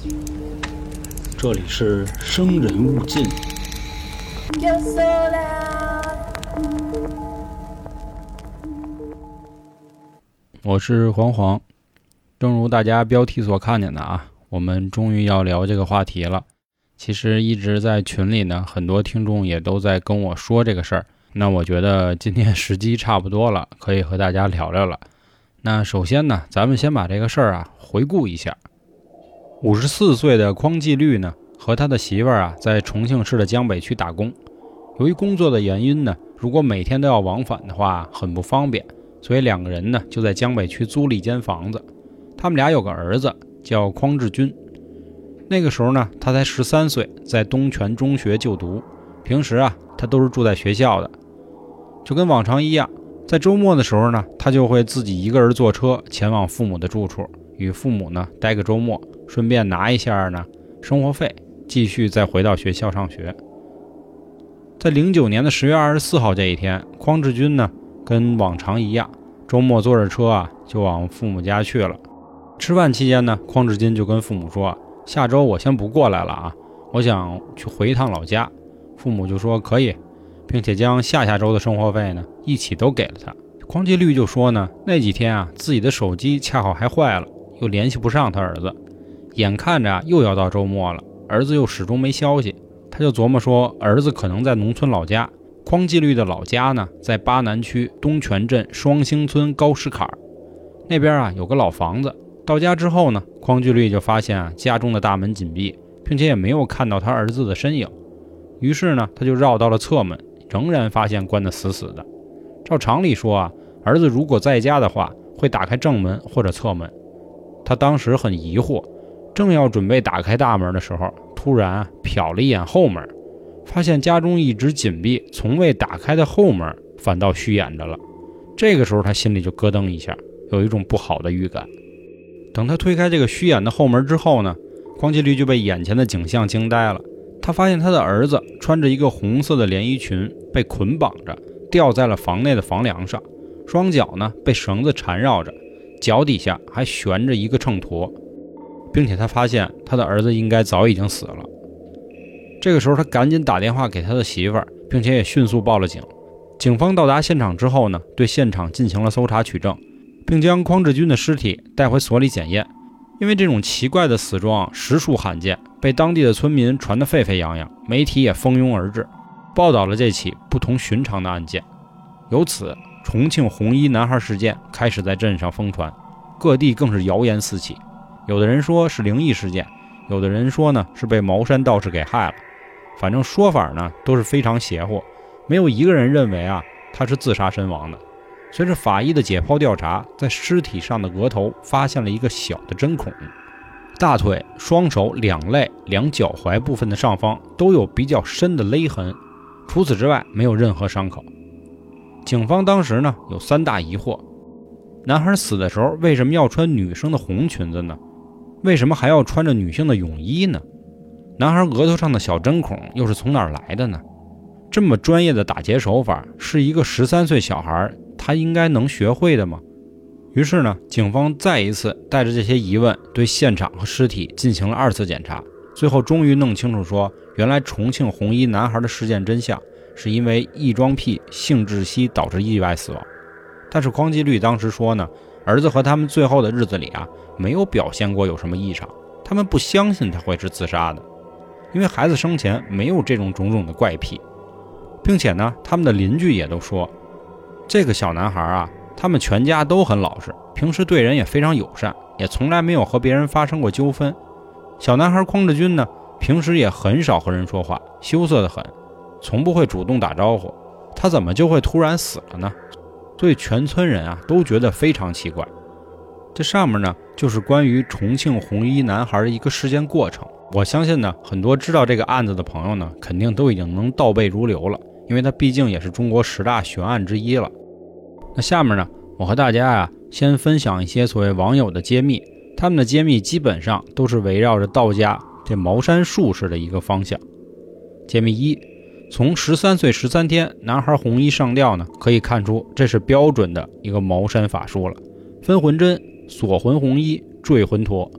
这里是生人勿近。我是黄黄，正如大家标题所看见的啊，我们终于要聊这个话题了。其实一直在群里呢，很多听众也都在跟我说这个事儿。那我觉得今天时机差不多了，可以和大家聊聊了。那首先呢，咱们先把这个事儿回顾一下。54岁的匡纪律呢，和他的媳妇儿在重庆市的江北区打工。由于工作的原因呢，如果每天都要往返的话，很不方便，所以两个人呢就在江北区租了一间房子。他们俩有个儿子叫匡志军，那个时候呢他才13岁，在东泉中学就读。平时他都是住在学校的，就跟往常一样，在周末的时候呢，他就会自己一个人坐车前往父母的住处，与父母呢待个周末，顺便拿一下呢生活费，继续再回到学校上学。在09年的10月24号这一天，匡志军呢跟往常一样，周末坐着车就往父母家去了。吃饭期间呢，匡志军就跟父母说，下周我先不过来了我想去回一趟老家。父母就说可以，并且将下周的生活费呢一起都给了他。匡纪律就说呢，那几天自己的手机恰好还坏了，又联系不上他儿子，眼看着又要到周末了，儿子又始终没消息，他就琢磨说儿子可能在农村老家。匡纪律的老家呢在巴南区东泉镇双星村高石坎那边有个老房子。到家之后呢，匡纪律就发现家中的大门紧闭，并且也没有看到他儿子的身影。于是呢，他就绕到了侧门，仍然发现关得死死的。照常理说儿子如果在家的话，会打开正门或者侧门。他当时很疑惑，正要准备打开大门的时候，突然瞟了一眼后门，发现家中一直紧闭从未打开的后门反倒虚掩着了。这个时候他心里就咯噔一下，有一种不好的预感。等他推开这个虚掩的后门之后呢，匡纪律就被眼前的景象惊呆了。他发现他的儿子穿着一个红色的连衣裙，被捆绑着吊在了房内的房梁上，双脚呢被绳子缠绕着，脚底下还悬着一个秤砣，并且他发现他的儿子应该早已经死了。这个时候他赶紧打电话给他的媳妇儿，并且也迅速报了警。警方到达现场之后呢，对现场进行了搜查取证，并将匡志军的尸体带回所里检验。因为这种奇怪的死状实属罕见，被当地的村民传得沸沸扬扬，媒体也蜂拥而至，报道了这起不同寻常的案件。由此，重庆红衣男孩事件开始在镇上疯传，各地更是谣言四起。有的人说是灵异事件，有的人说呢是被茅山道士给害了，反正说法呢都是非常邪乎，没有一个人认为他是自杀身亡的。随着法医的解剖调查，在尸体上的额头发现了一个小的针孔，大腿、双手、两肋、两脚踝部分的上方都有比较深的勒痕，除此之外没有任何伤口。警方当时呢有3大疑惑：男孩死的时候为什么要穿女生的红裙子呢？为什么还要穿着女性的泳衣呢？男孩额头上的小针孔又是从哪儿来的呢？这么专业的打劫手法，是一个13岁小孩他应该能学会的吗？于是呢，警方再一次带着这些疑问对现场和尸体进行了2次检查，最后终于弄清楚说，原来重庆红衣男孩的事件真相是因为异装癖性窒息导致意外死亡。但是匡纪律当时说呢，儿子和他们最后的日子里没有表现过有什么异常，他们不相信他会是自杀的，因为孩子生前没有这种种种的怪癖。并且呢，他们的邻居也都说，这个小男孩他们全家都很老实，平时对人也非常友善，也从来没有和别人发生过纠纷。小男孩匡志军呢，平时也很少和人说话，羞涩得很，从不会主动打招呼，他怎么就会突然死了呢？所以全村人都觉得非常奇怪。这上面呢就是关于重庆红衣男孩的一个事件过程。我相信呢，很多知道这个案子的朋友呢，肯定都已经能倒背如流了，因为它毕竟也是中国10大悬案之一了。那下面呢，我和大家先分享一些所谓网友的揭秘，他们的揭秘基本上都是围绕着道家这茅山术士的一个方向。揭秘1，从13岁13天男孩红衣上吊呢，可以看出这是标准的一个茅山法术了。分魂针、锁魂红衣、坠魂陀，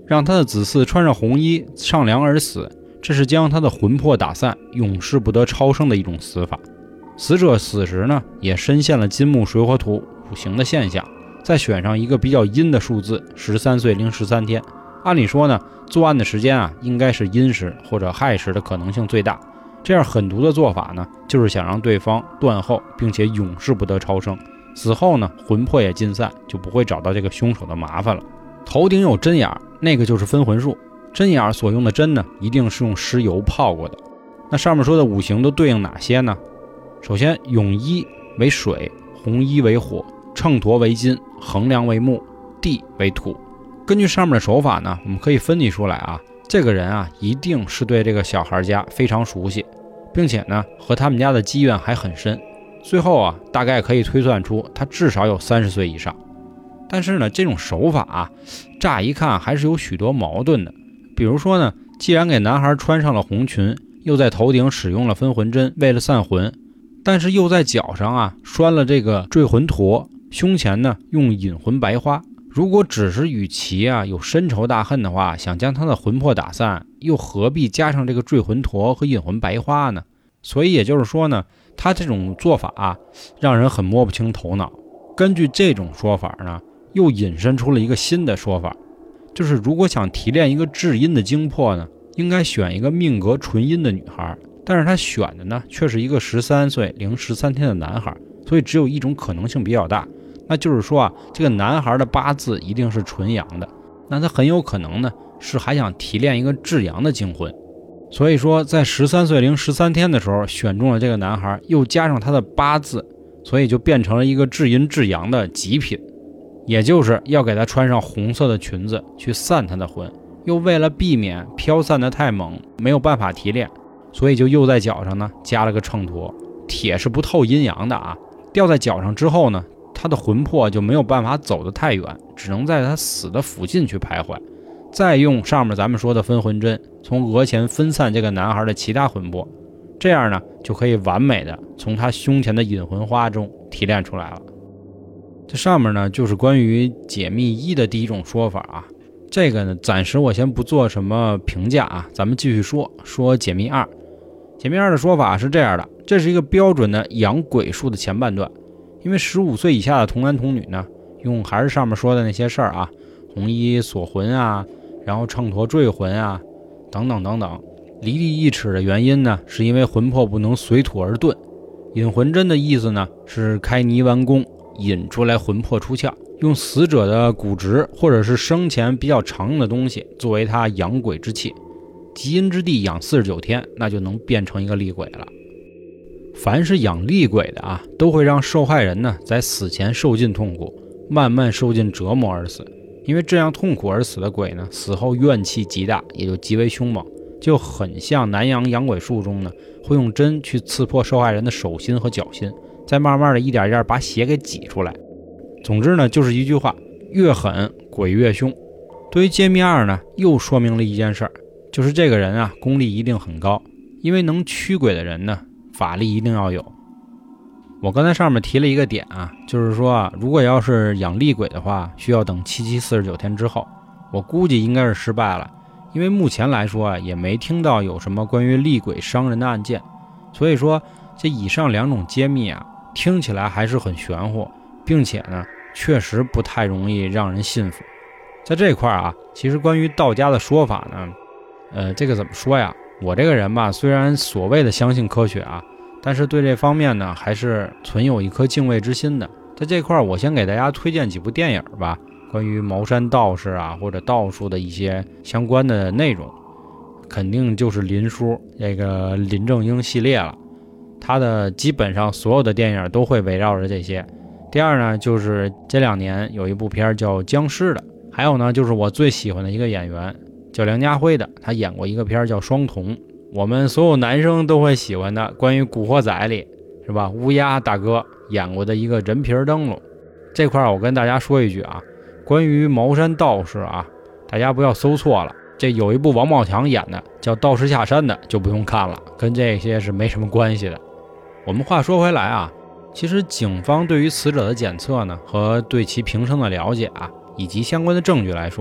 让他的子嗣穿上红衣上梁而死，这是将他的魂魄打散，永世不得超生的一种死法。死者死时呢，也深陷了金木水火土五行的现象，再选上一个比较阴的数字13岁零13天。按理说呢，作案的时间啊，应该是阴时或者亥时的可能性最大。这样狠毒的做法呢，就是想让对方断后，并且永世不得超生。死后呢，魂魄也尽散，就不会找到这个凶手的麻烦了。头顶有针眼，那个就是分魂术。针眼所用的针呢，一定是用尸油泡过的。那上面说的五行都对应哪些呢？首先，泳衣为水，红衣为火，秤砣为金，衡量为木，地为土。根据上面的手法呢，我们可以分析出来啊，这个人啊，一定是对这个小孩家非常熟悉，并且呢，和他们家的积怨还很深。最后啊，大概可以推算出他至少有30岁以上。但是呢，这种手法啊，乍一看还是有许多矛盾的。比如说呢，既然给男孩穿上了红裙，又在头顶使用了分魂针，为了散魂，但是又在脚上啊拴了这个坠魂陀，胸前呢用引魂白花。如果只是与其啊有深仇大恨的话，想将他的魂魄打散，又何必加上这个坠魂陀和引魂白花呢？所以也就是说呢，他这种做法啊，让人很摸不清头脑。根据这种说法呢，又引申出了一个新的说法，就是如果想提炼一个至阴的精魄呢，应该选一个命格纯阴的女孩，但是他选的呢却是一个13岁零13天的男孩，所以只有一种可能性比较大，那就是说啊，这个男孩的八字一定是纯阳的，那他很有可能呢是还想提炼一个至阳的精魂。所以说在13岁零13天的时候选中了这个男孩，又加上他的八字，所以就变成了一个至阴至阳的极品，也就是要给他穿上红色的裙子去散他的魂，又为了避免飘散的太猛没有办法提炼，所以就又在脚上呢加了个秤砣。铁是不透阴阳的啊，掉在脚上之后呢，他的魂魄就没有办法走得太远，只能在他死的附近去徘徊，再用上面咱们说的分魂针从额前分散这个男孩的其他魂魄，这样呢就可以完美的从他胸前的引魂花中提炼出来了。这上面呢就是关于解密一的第一种说法啊，这个呢暂时我先不做什么评价啊，咱们继续说解密二。解密二的说法是这样的，这是一个标准的养鬼术的前半段，因为15岁以下的童男童女呢，用还是上面说的那些事儿啊，红衣锁魂啊，然后秤砣坠魂啊，等等等等。离地1尺的原因呢，是因为魂魄不能随土而遁。引魂针的意思呢，是开泥丸宫，引出来魂魄出窍，用死者的骨质或者是生前比较常用的东西作为他养鬼之器，极阴之地养49天，那就能变成一个厉鬼了。凡是养厉鬼的啊，都会让受害人呢在死前受尽痛苦，慢慢受尽折磨而死。因为这样痛苦而死的鬼呢，死后怨气极大，也就极为凶猛，就很像南洋养鬼术中呢，会用针去刺破受害人的手心和脚心，再慢慢的一点一点把血给挤出来。总之呢，就是一句话，越狠鬼越凶。对于揭秘二呢，又说明了一件事儿，就是这个人啊，功力一定很高，因为能驱鬼的人呢，法力一定要有。我刚才上面提了一个点啊，就是说啊，如果要是养厉鬼的话，需要等7749天之后，我估计应该是失败了，因为目前来说啊，也没听到有什么关于厉鬼伤人的案件，所以说这以上两种揭秘啊，听起来还是很玄乎，并且呢，确实不太容易让人信服。在这块啊，其实关于道家的说法呢，这个怎么说呀？我这个人吧，虽然所谓的相信科学啊，但是对这方面呢，还是存有一颗敬畏之心的。在这块我先给大家推荐几部电影吧，关于茅山道士啊或者道术的一些相关的内容，肯定就是林叔这个林正英系列了，他的基本上所有的电影都会围绕着这些。第二呢，就是这2年有一部片叫僵尸的，还有呢就是我最喜欢的一个演员叫梁家辉的，他演过一个片叫双瞳，我们所有男生都会喜欢的，关于古惑仔里是吧，乌鸦大哥演过的一个人皮灯笼。这块我跟大家说一句啊，关于茅山道士啊，大家不要搜错了，这有一部王宝强演的叫道士下山的，就不用看了，跟这些是没什么关系的。我们话说回来啊，其实警方对于死者的检测呢，和对其平生的了解啊，以及相关的证据来说呢，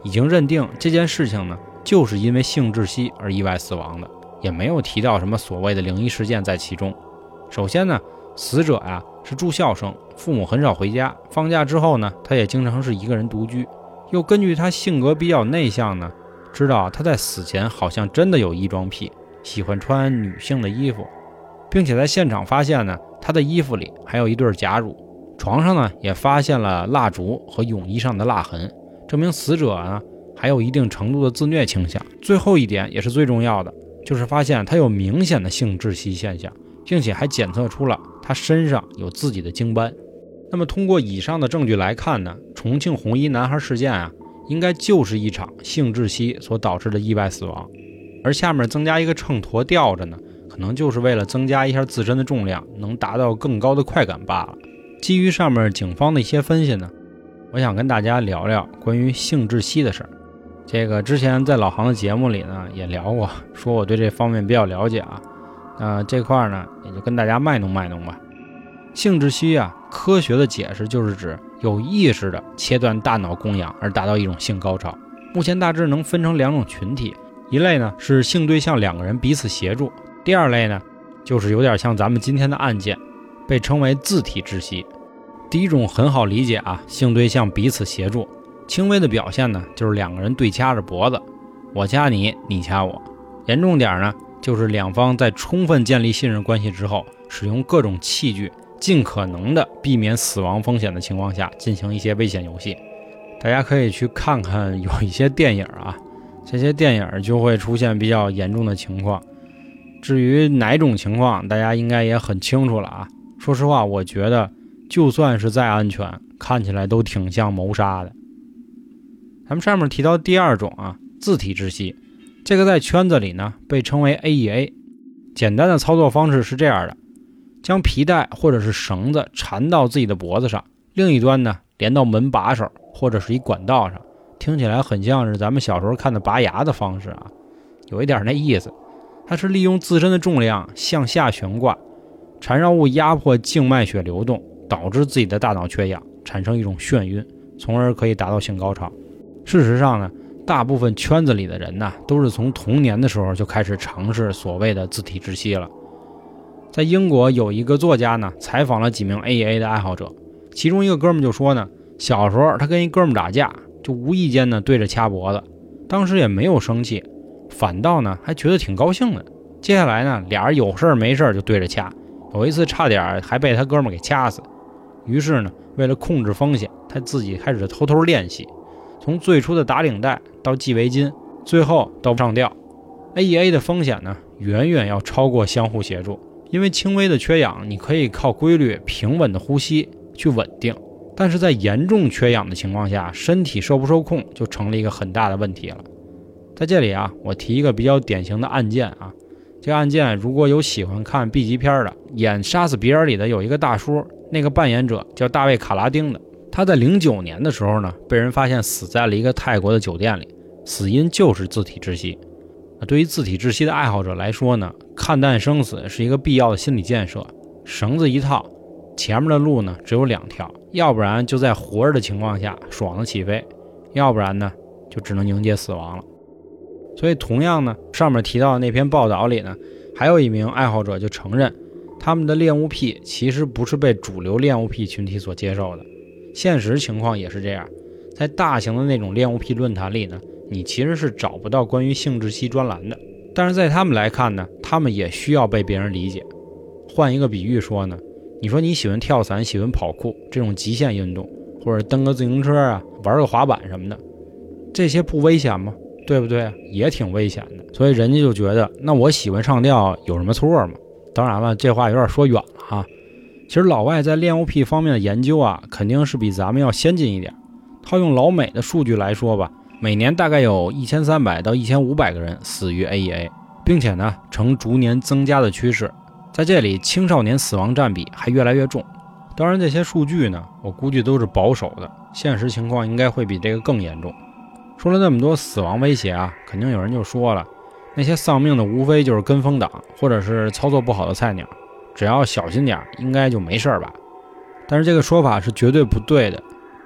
已经认定这件事情呢就是因为性窒息而意外死亡的，也没有提到什么所谓的灵异事件在其中。首先呢，死者是住校生，父母很少回家，放假之后呢他也经常是一个人独居，又根据他性格比较内向呢，知道他在死前好像真的有异装癖，喜欢穿女性的衣服，并且在现场发现呢他的衣服里还有一对假乳，床上呢也发现了蜡烛和泳衣上的蜡痕，证明死者呢还有一定程度的自虐倾向。最后一点也是最重要的，就是发现他有明显的性窒息现象，并且还检测出了他身上有自己的精斑。那么通过以上的证据来看呢，重庆红衣男孩事件应该就是一场性窒息所导致的意外死亡，而下面增加一个秤砣吊着呢，可能就是为了增加一下自身的重量，能达到更高的快感罢了。基于上面警方的一些分析呢，我想跟大家聊聊关于性窒息的事儿。这个之前在老航的节目里呢也聊过，说我对这方面比较了解这块呢也就跟大家卖弄卖弄吧。性窒息科学的解释就是指有意识的切断大脑供氧而达到一种性高潮。目前大致能分成两种群体，一类呢是性对象两个人彼此协助，第二类呢就是有点像咱们今天的案件，被称为自体窒息。第一种很好理解性对象彼此协助，轻微的表现呢就是两个人对掐着脖子，我掐你，你掐我。严重点呢就是两方在充分建立信任关系之后，使用各种器具，尽可能的避免死亡风险的情况下进行一些危险游戏。大家可以去看看有一些电影这些电影就会出现比较严重的情况。至于哪种情况大家应该也很清楚了说实话，我觉得就算是再安全，看起来都挺像谋杀的。咱们上面提到第二种自体窒息，这个在圈子里呢被称为 AEA。 简单的操作方式是这样的，将皮带或者是绳子缠到自己的脖子上，另一端呢连到门把手或者是一管道上，听起来很像是咱们小时候看的拔牙的方式有一点那意思。它是利用自身的重量向下悬挂，缠绕物压迫静脉血流动，导致自己的大脑缺氧，产生一种眩晕，从而可以达到性高潮。事实上呢，大部分圈子里的人都是从童年的时候就开始尝试所谓的自体窒息了。在英国有一个作家呢采访了几名 AEA 的爱好者，其中一个哥们就说呢，小时候他跟一哥们打架，就无意间呢对着掐脖子，当时也没有生气，反倒呢还觉得挺高兴的。接下来呢俩人有事没事就对着掐，有一次差点还被他哥们给掐死。于是呢为了控制风险，他自己开始偷偷练习，从最初的打领带到系围巾，最后到上吊。 AEA 的风险呢远远要超过相互协助，因为轻微的缺氧你可以靠规律平稳的呼吸去稳定，但是在严重缺氧的情况下，身体受不受控就成了一个很大的问题了。在这里我提一个比较典型的案件这个案件如果有喜欢看 B 级片的，演杀死比尔里的有一个大叔，那个扮演者叫大卫卡拉丁的，他在09年的时候呢被人发现死在了一个泰国的酒店里，死因就是自体窒息。对于自体窒息的爱好者来说呢，看淡生死是一个必要的心理建设。绳子一套，前面的路呢只有两条，要不然就在活着的情况下爽的起飞，要不然呢就只能迎接死亡了。所以同样呢，上面提到的那篇报道里呢，还有一名爱好者就承认，他们的恋物癖其实不是被主流恋物癖群体所接受的。现实情况也是这样，在大型的那种恋物癖论坛里呢，你其实是找不到关于性窒息专栏的。但是在他们来看呢，他们也需要被别人理解。换一个比喻说呢，你说你喜欢跳伞，喜欢跑酷这种极限运动，或者蹬个自行车玩个滑板什么的，这些不危险吗？对不对？也挺危险的。所以人家就觉得，那我喜欢上吊有什么错吗？当然了，这话有点说远了其实老外在恋物癖方面的研究肯定是比咱们要先进一点。套用老美的数据来说吧，每年大概有1300到1500个人死于 AEA， 并且呢呈逐年增加的趋势。在这里青少年死亡占比还越来越重。当然这些数据呢我估计都是保守的，现实情况应该会比这个更严重。说了那么多死亡威胁肯定有人就说了，那些丧命的无非就是跟风党或者是操作不好的菜鸟，只要小心点应该就没事吧。但是这个说法是绝对不对的。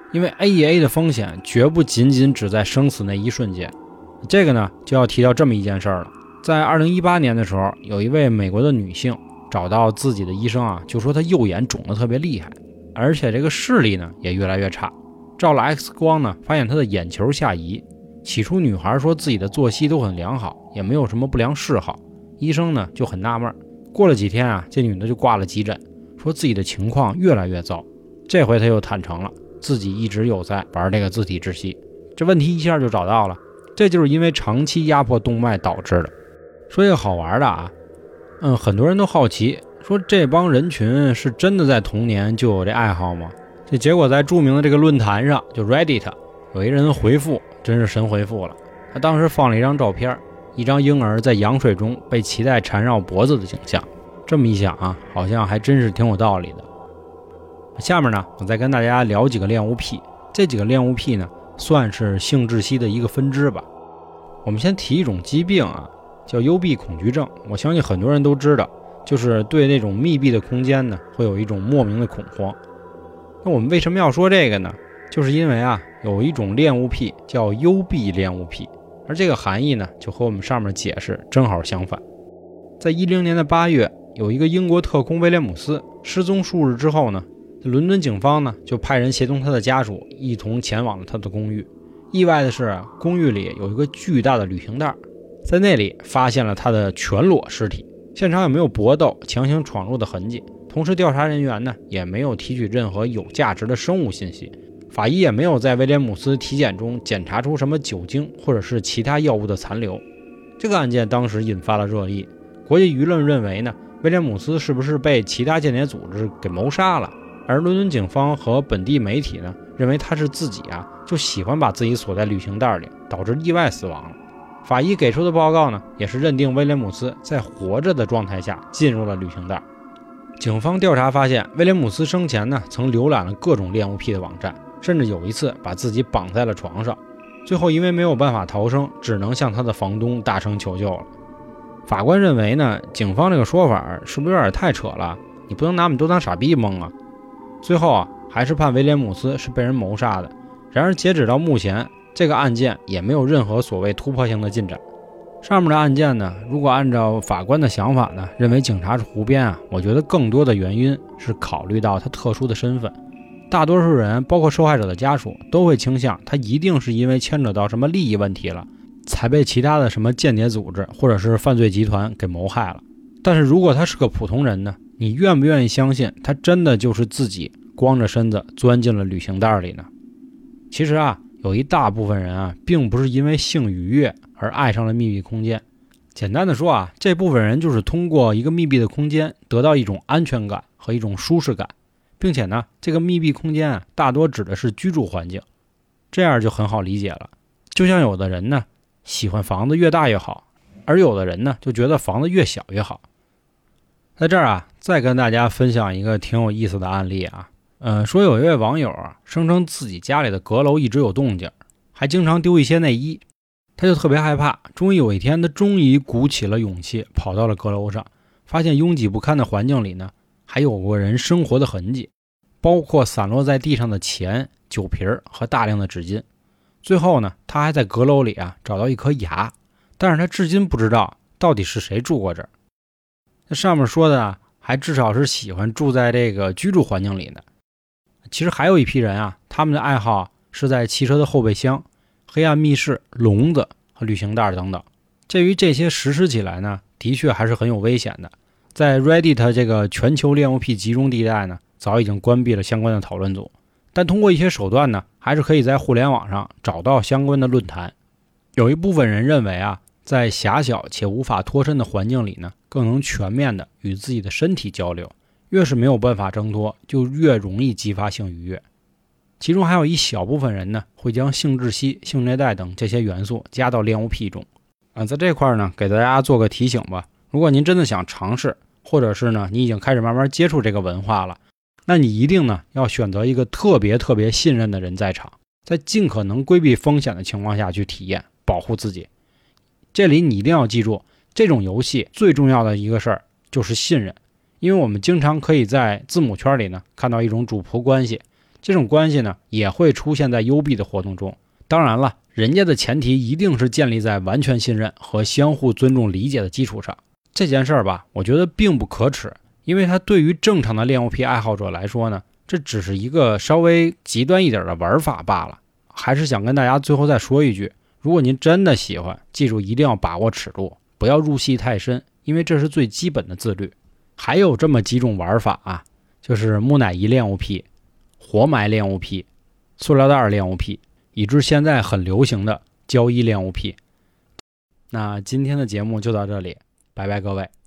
因为 AEA 的风险绝不仅仅只在生死那一瞬间。这个呢就要提到这么一件事了，在2018年的时候，有一位美国的女性找到自己的医生啊，就说她右眼肿得特别厉害，而且这个视力呢也越来越差。照了 X 光呢，发现她的眼球下移。起初女孩说自己的作息都很良好，也没有什么不良嗜好，医生呢就很纳闷。过了几天啊，这女的就挂了急诊，说自己的情况越来越糟。这回她又坦诚了，自己一直有在玩这个自体窒息，这问题一下就找到了，这就是因为长期压迫动脉导致的。说一个好玩的啊，很多人都好奇，说这帮人群是真的在童年就有这爱好吗？这结果在著名的这个论坛上，就 Reddit 有一人回复，真是神回复了。他当时放了一张照片，一张婴儿在羊水中被脐带缠绕脖子的景象。这么一想啊，好像还真是挺有道理的。下面呢，我再跟大家聊几个恋物癖。这几个恋物癖呢，算是性窒息的一个分支吧。我们先提一种疾病啊，叫幽闭恐惧症。我相信很多人都知道，就是对那种密闭的空间呢，会有一种莫名的恐慌。那我们为什么要说这个呢？就是因为啊，有一种恋物癖叫幽闭恋物癖，而这个含义呢，就和我们上面解释正好相反。在2010年的8月，有一个英国特工威廉姆斯失踪数日之后呢，伦敦警方呢就派人协同他的家属一同前往了他的公寓。意外的是，公寓里有一个巨大的旅行袋，在那里发现了他的全裸尸体，现场也没有搏斗、强行闯入的痕迹。同时，调查人员呢也没有提取任何有价值的生物信息，法医也没有在威廉姆斯体检中检查出什么酒精或者是其他药物的残留。这个案件当时引发了热议，国际舆论认为呢，威廉姆斯是不是被其他间谍组织给谋杀了？而伦敦警方和本地媒体呢，认为他是自己啊就喜欢把自己锁在旅行袋里，导致意外死亡了。法医给出的报告呢，也是认定威廉姆斯在活着的状态下进入了旅行袋。警方调查发现，威廉姆斯生前呢曾浏览了各种恋物癖的网站，甚至有一次把自己绑在了床上，最后因为没有办法逃生，只能向他的房东大声求救了。法官认为呢，警方这个说法是不是有点太扯了？你不能拿我们都当傻逼蒙啊！最后啊，还是判威廉姆斯是被人谋杀的。然而截止到目前，这个案件也没有任何所谓突破性的进展。上面的案件呢，如果按照法官的想法呢，认为警察是胡编啊，我觉得更多的原因是考虑到他特殊的身份。大多数人，包括受害者的家属，都会倾向他一定是因为牵扯到什么利益问题了，才被其他的什么间谍组织或者是犯罪集团给谋害了。但是如果他是个普通人呢，你愿不愿意相信他真的就是自己光着身子钻进了旅行袋里呢？其实啊，有一大部分人啊，并不是因为性愉悦而爱上了密闭空间。简单的说啊，这部分人就是通过一个密闭的空间得到一种安全感和一种舒适感，并且呢，这个密闭空间啊，大多指的是居住环境，这样就很好理解了。就像有的人呢，喜欢房子越大越好，而有的人呢，就觉得房子越小越好。在这儿啊，再跟大家分享一个挺有意思的案例啊。说有一位网友啊，声称自己家里的阁楼一直有动静，还经常丢一些内衣，他就特别害怕。终于有一天，他终于鼓起了勇气，跑到了阁楼上，发现拥挤不堪的环境里呢，还有过人生活的痕迹，包括散落在地上的钱、酒瓶和大量的纸巾。最后呢，他还在阁楼里啊找到一颗牙，但是他至今不知道到底是谁住过这儿。那上面说的啊，还至少是喜欢住在这个居住环境里的。其实还有一批人啊，他们的爱好是在汽车的后备箱、黑暗密室、笼子和旅行袋等等。鉴于这些实施起来呢，的确还是很有危险的。在 Reddit 这个全球恋物癖集中地带呢，早已经关闭了相关的讨论组，但通过一些手段呢，还是可以在互联网上找到相关的论坛。有一部分人认为啊，在狭小且无法脱身的环境里呢，更能全面的与自己的身体交流，越是没有办法挣脱，就越容易激发性愉悦。其中还有一小部分人呢，会将性窒息、性虐待等这些元素加到恋物癖中。在这块呢，给大家做个提醒吧。如果您真的想尝试，或者是呢，你已经开始慢慢接触这个文化了，那你一定呢要选择一个特别信任的人在场，在尽可能规避风险的情况下去体验，保护自己。这里你一定要记住，这种游戏最重要的一个事儿就是信任。因为我们经常可以在字母圈里呢看到一种主仆关系， 这种关系呢也会出现在幽闭的活动中。当然了，人家的前提一定是建立在完全信任和相互尊重理解的基础上。这件事儿吧，我觉得并不可耻，因为它对于正常的恋物癖爱好者来说呢，这只是一个稍微极端一点的玩法罢了。还是想跟大家最后再说一句，如果您真的喜欢，记住一定要把握尺度，不要入戏太深，因为这是最基本的自律。还有这么几种玩法啊，就是木乃伊恋物癖、活埋恋物癖、塑料袋恋物癖，以致现在很流行的交易恋物癖。那今天的节目就到这里，拜拜各位。